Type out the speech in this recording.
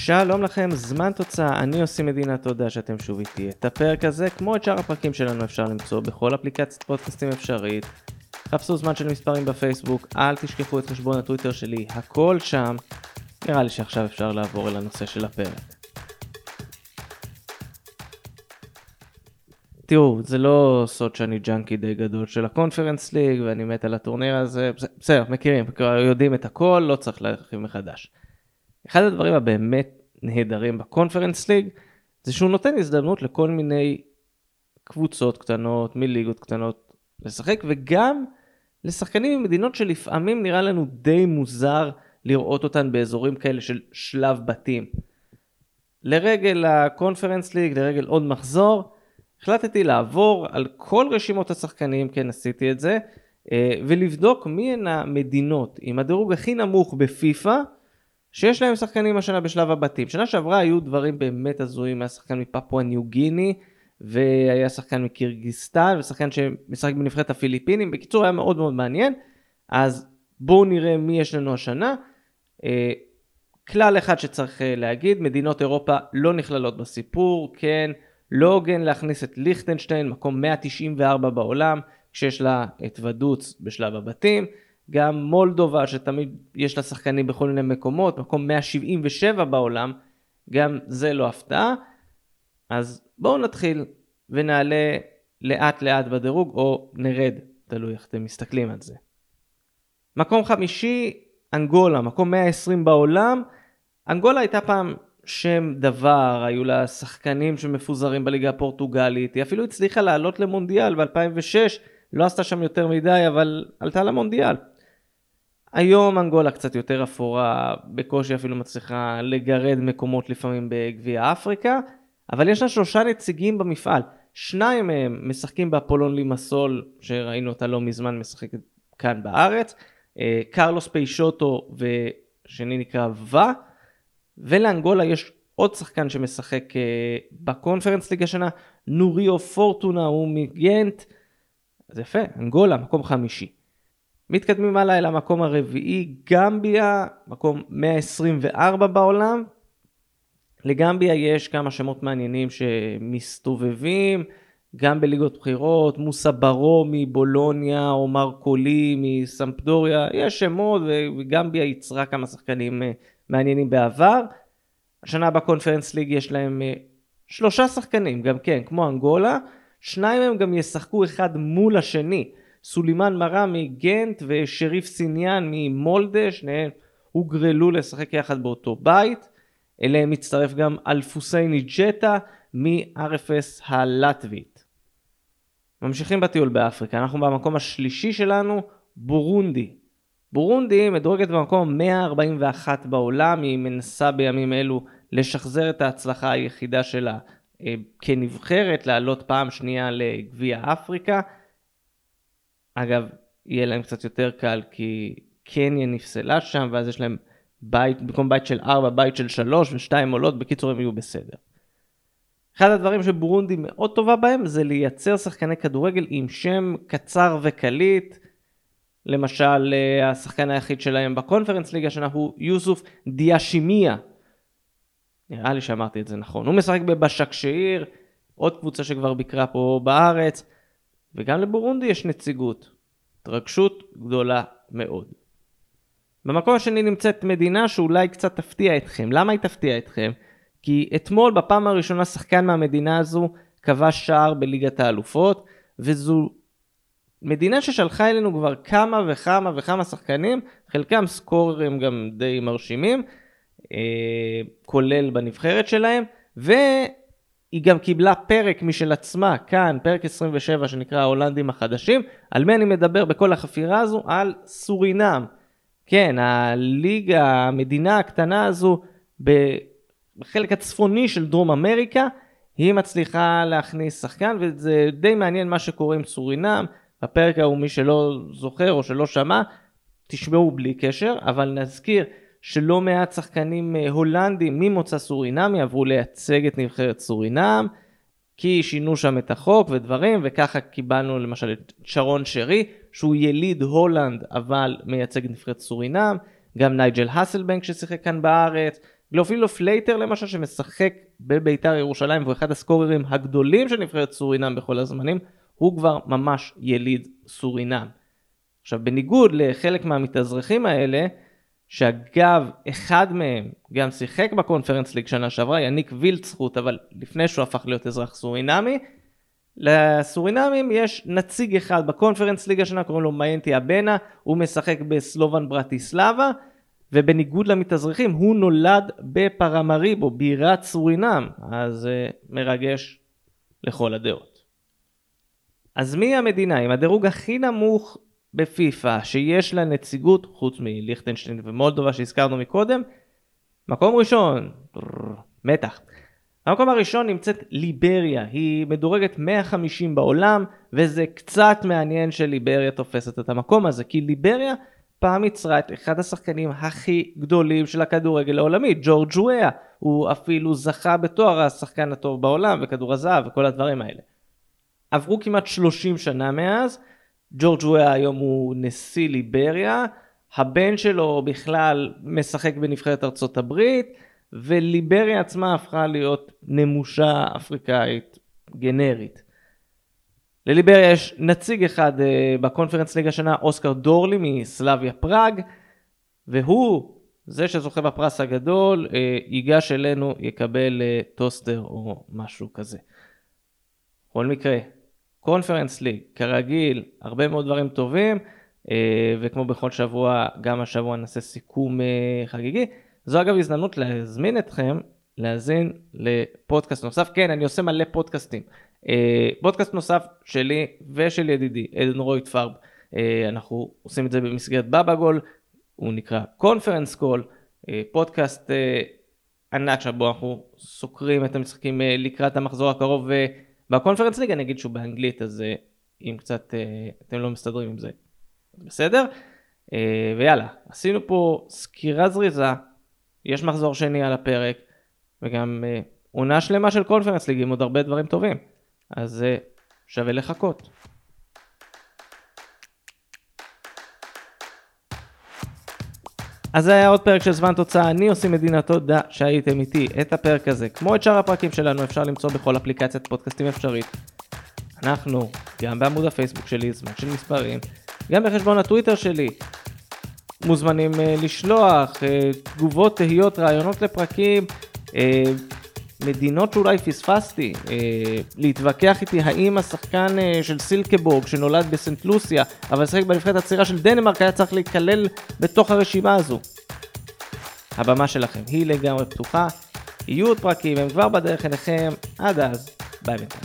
שלום לכם, זמן תוצאה, אני עושה מדינה, תודה שאתם שוב איתי. את הפרק הזה, כמו את שאר הפרקים שלנו, אפשר למצוא בכל אפליקציית פודקאסטים אפשרית. חפשו זמן של מספרים בפייסבוק, אל תשכחו את חשבון הטוויטר שלי, הכל שם. נראה לי שעכשיו אפשר לעבור אל הנושא של הפרק. תראו, זה לא סוד שאני ג'אנקי די גדול של הקונפרנס ליג, ואני מת על הטורניר הזה, בסדר, מכירים, יודעים את הכל, לא צריך להרחיב מחדש. אחד הדברים הבאמת נהדרים בקונפרנס ליג, זה שהוא נותן הזדמנות לכל מיני קבוצות קטנות, מליגות קטנות לשחק, וגם לשחקנים ממדינות שלפעמים נראה לנו די מוזר לראות אותן באזורים כאלה של שלב בתים. לרגל הקונפרנס ליג, לרגל עוד מחזור, החלטתי לעבור על כל רשימות השחקנים, כן עשיתי את זה, ולבדוק מי הן המדינות עם הדירוג הכי נמוך בפיפה, שיש להם שחקנים השנה בשלב הבתים. שנה שעברה היו דברים באמת הזויים, היה שחקן מפפואה ניו גיני, והיה שחקן מקירגיסטן, ושחקן שמשחק בנבחרת הפיליפינים. בקיצור, היה מאוד מאוד מעניין. אז בואו נראה מי יש לנו השנה. כלל אחד שצריך להגיד, מדינות אירופה לא נכללות בסיפור, כן, לא הוגן להכניס את ליכטנשטיין, מקום 194 בעולם, כשיש לה את ודוץ בשלב הבתים. גם מולדובה, שתמיד יש לה שחקנים בכל מיני מקומות, מקום 177 בעולם, גם זה לא הפתעה. אז בואו נתחיל ונעלה לאט לאט בדירוג, או נרד, תלוי איך אתם מסתכלים על זה. מקום חמישי, אנגולה, מקום 120 בעולם. אנגולה הייתה פעם שם דבר, היו לה שחקנים שמפוזרים בליגה הפורטוגלית, היא אפילו הצליחה לעלות למונדיאל ב-2006, לא עשתה שם יותר מדי, אבל עלתה למונדיאל. היום אנגולה קצת יותר אפורה, בקושי אפילו מצליחה לגרד מקומות לפעמים בגביע אפריקה, אבל יש לה 3 נציגים במפעל. 2 מהם משחקים באפולון לימסול, שראינו אותה לא מזמן משחקת כאן בארץ, קרלוס פיישוטו ושני נקרא ווה, ולאנגולה יש עוד שחקן שמשחק בקונפרנס ליג השנה, נוריו פורטונה, הוא מגנט. אז יפה, אנגולה, מקום חמישי. מתקדמים הלאה אל המקום הרביעי, גמביה, מקום 124 בעולם. לגמביה יש כמה שמות מעניינים שמסתובבים, גם בליגות בחירות, מוסה ברו מבולוניה, או מרקולי מסמפדוריה, יש שמות, וגמביה יצרה כמה שחקנים מעניינים בעבר. השנה בקונפרנס ליג יש להם 3 שחקנים, גם כן, כמו אנגולה, 2 מהם גם ישחקו אחד מול השני, סולימן מרה מגנט ושריף סיניאן ממולדה, שניהם הוגרלו לשחק יחד באותו בית. אליהם מצטרף גם אלפוסייני ג'טה מ-RFS הלטבית. ממשיכים בטיול באפריקה, אנחנו במקום השלישי שלנו, בורונדי. בורונדי מדורגת במקום 141 בעולם, היא מנסה בימים אלו לשחזר את ההצלחה היחידה שלה כנבחרת, לעלות פעם שנייה לגביע אפריקה. אגב, יהיה להם קצת יותר קל כי קניה נפסלה שם, ואז יש להם בית, במקום בית של 4, בית של 3 ו2 עולות, בקיצור הם יהיו בסדר. אחד הדברים שבורונדי מאוד טובה בהם, זה לייצר שחקני כדורגל עם שם קצר וקליט. למשל, השחקן היחיד שלהם בקונפרנס ליג השנה הוא יוסוף דיאשימיה. נראה לי שאמרתי את זה נכון. הוא משחק בבשקשיר, עוד קבוצה שכבר ביקרה פה בארץ, וגם לבורונדי יש נציגות. התרגשות גדולה מאוד. במקום השני נמצאת מדינה שאולי קצת תפתיע אתכם. למה היא תפתיע אתכם? כי אתמול בפעם הראשונה שחקן מהמדינה הזו כבש שער בליגת האלופות, וזו מדינה ששלחה אלינו כבר כמה וכמה שחקנים, חלקם סקוררים גם די מרשימים, כולל בנבחרת שלהם, והיא גם קיבלה פרק משל עצמה, כאן, פרק 27 שנקרא ההולנדים החדשים. על מי אני מדבר בכל החפירה הזו? על סורינם. כן, הליגה, המדינה הקטנה הזו, בחלק הצפוני של דרום אמריקה, היא מצליחה להכניס שחקן, וזה די מעניין מה שקורה עם סורינם. הפרק הוא מי שלא זוכר או שלא שמע, תשמעו בלי קשר, אבל נזכיר שלא מעט שחקנים הולנדים ממוצא סורינמי עברו לייצג את נבחרת סורינם, כי שינו שם את החוק ודברים, וככה קיבלנו למשל את שרון שרי, שהוא יליד הולנד אבל מייצג את נבחרת סורינם, גם נייג'ל הסלבנק ששיחק כאן בארץ, אפילו פלייטר למשל שמשחק בביתר ירושלים, והוא אחד הסקוררים הגדולים של נבחרת סורינם בכל הזמנים, הוא כבר ממש יליד סורינם. עכשיו בניגוד לחלק מהמתאזרחים האלה, שאגב אחד מהם גם שיחק בקונפרנס ליג שנה שעברה, יניק וילצחוט, אבל לפני שהוא הפך להיות אזרח סורינמי, לסורינמים יש נציג אחד בקונפרנס ליג השנה, קוראים לו מיינטי אבנה, הוא משחק בסלובן ברטיסלבה, ובניגוד למתאזרחים הוא נולד בפרמריבו, בירת סורינם, אז מרגש לכל הדעות. אז מי המדינה עם הדירוג הכי נמוך בפיפה שיש לה נציגות, חוץ מליכטנשטיין ומולדובה שהזכרנו מקודם? מקום ראשון, מתח. המקום הראשון נמצאת ליבריה, היא מדורגת 150 בעולם, וזה קצת מעניין שליבריה תופסת את המקום הזה, כי ליבריה פעם יצרה את אחד השחקנים הכי גדולים של הכדורגל העולמי, ג'ורג' וויה, הוא אפילו זכה בתואר השחקן הטוב בעולם, וכדור הזהב וכל הדברים האלה. עברו כמעט 30 שנה מאז, ג'ורג' וויה היום הוא נשיא ליבריה, הבן שלו בכלל משחק בנבחרת ארצות הברית, וליבריה עצמה הפכה להיות נמושה אפריקאית גנרית. לליבריה יש נציג אחד בקונפרנס ליג השנה, אוסקר דורלי מסלאביה פראג, והוא, זה שזוכה בפרס הגדול, ייגש אלינו, יקבל טוסטר או משהו כזה. בכל מקרה, קונפרנס ליג, כרגיל, הרבה מאוד דברים טובים, וכמו בכל שבוע, גם השבוע נעשה סיכום חגיגי. זו אגב הזדמנות להזמין אתכם, להזין לפודקאסט נוסף. כן, אני עושה מלא פודקאסטים. פודקאסט נוסף שלי ושל ידידי, עדן רויטפרב. אנחנו עושים את זה במסגרת בבא-גול, הוא נקרא קונפרנס קול, פודקאסט ענק שבו אנחנו סוקרים את המשחקים לקראת המחזור הקרוב בקונפרנס ליג. אני אגיד שהוא באנגלית, אז אם קצת אתם לא מסתדרים עם זה, בסדר? ויאללה, עשינו פה סקירה זריזה, יש מחזור שני על הפרק, וגם עונה שלמה של קונפרנס ליג עם עוד הרבה דברים טובים, אז שווה לחכות. אז זה היה עוד פרק של זמן תוצאה, אני עושים מדינה, תודה שהייתם איתי. את הפרק הזה, כמו את שאר הפרקים שלנו, אפשר למצוא בכל אפליקציית פודקאסטים אפשרית. אנחנו גם בעמוד הפייסבוק שלי, זמן של מספרים, גם בחשבון הטוויטר שלי, מוזמנים לשלוח תגובות, תהיות, רעיונות לפרקים, מדינות שאולי פספסתי, להתווכח איתי האם השחקן של סילקבורג שנולד בסנט לוסיה, אבל שחק בנבחרת הצעירה של דנמרק, היה צריך להיכלל בתוך הרשימה הזו. הבמה שלכם היא לגמרי פתוחה, יהיו עוד פרקים, הם כבר בדרך אליכם, עד אז, ביי ביי.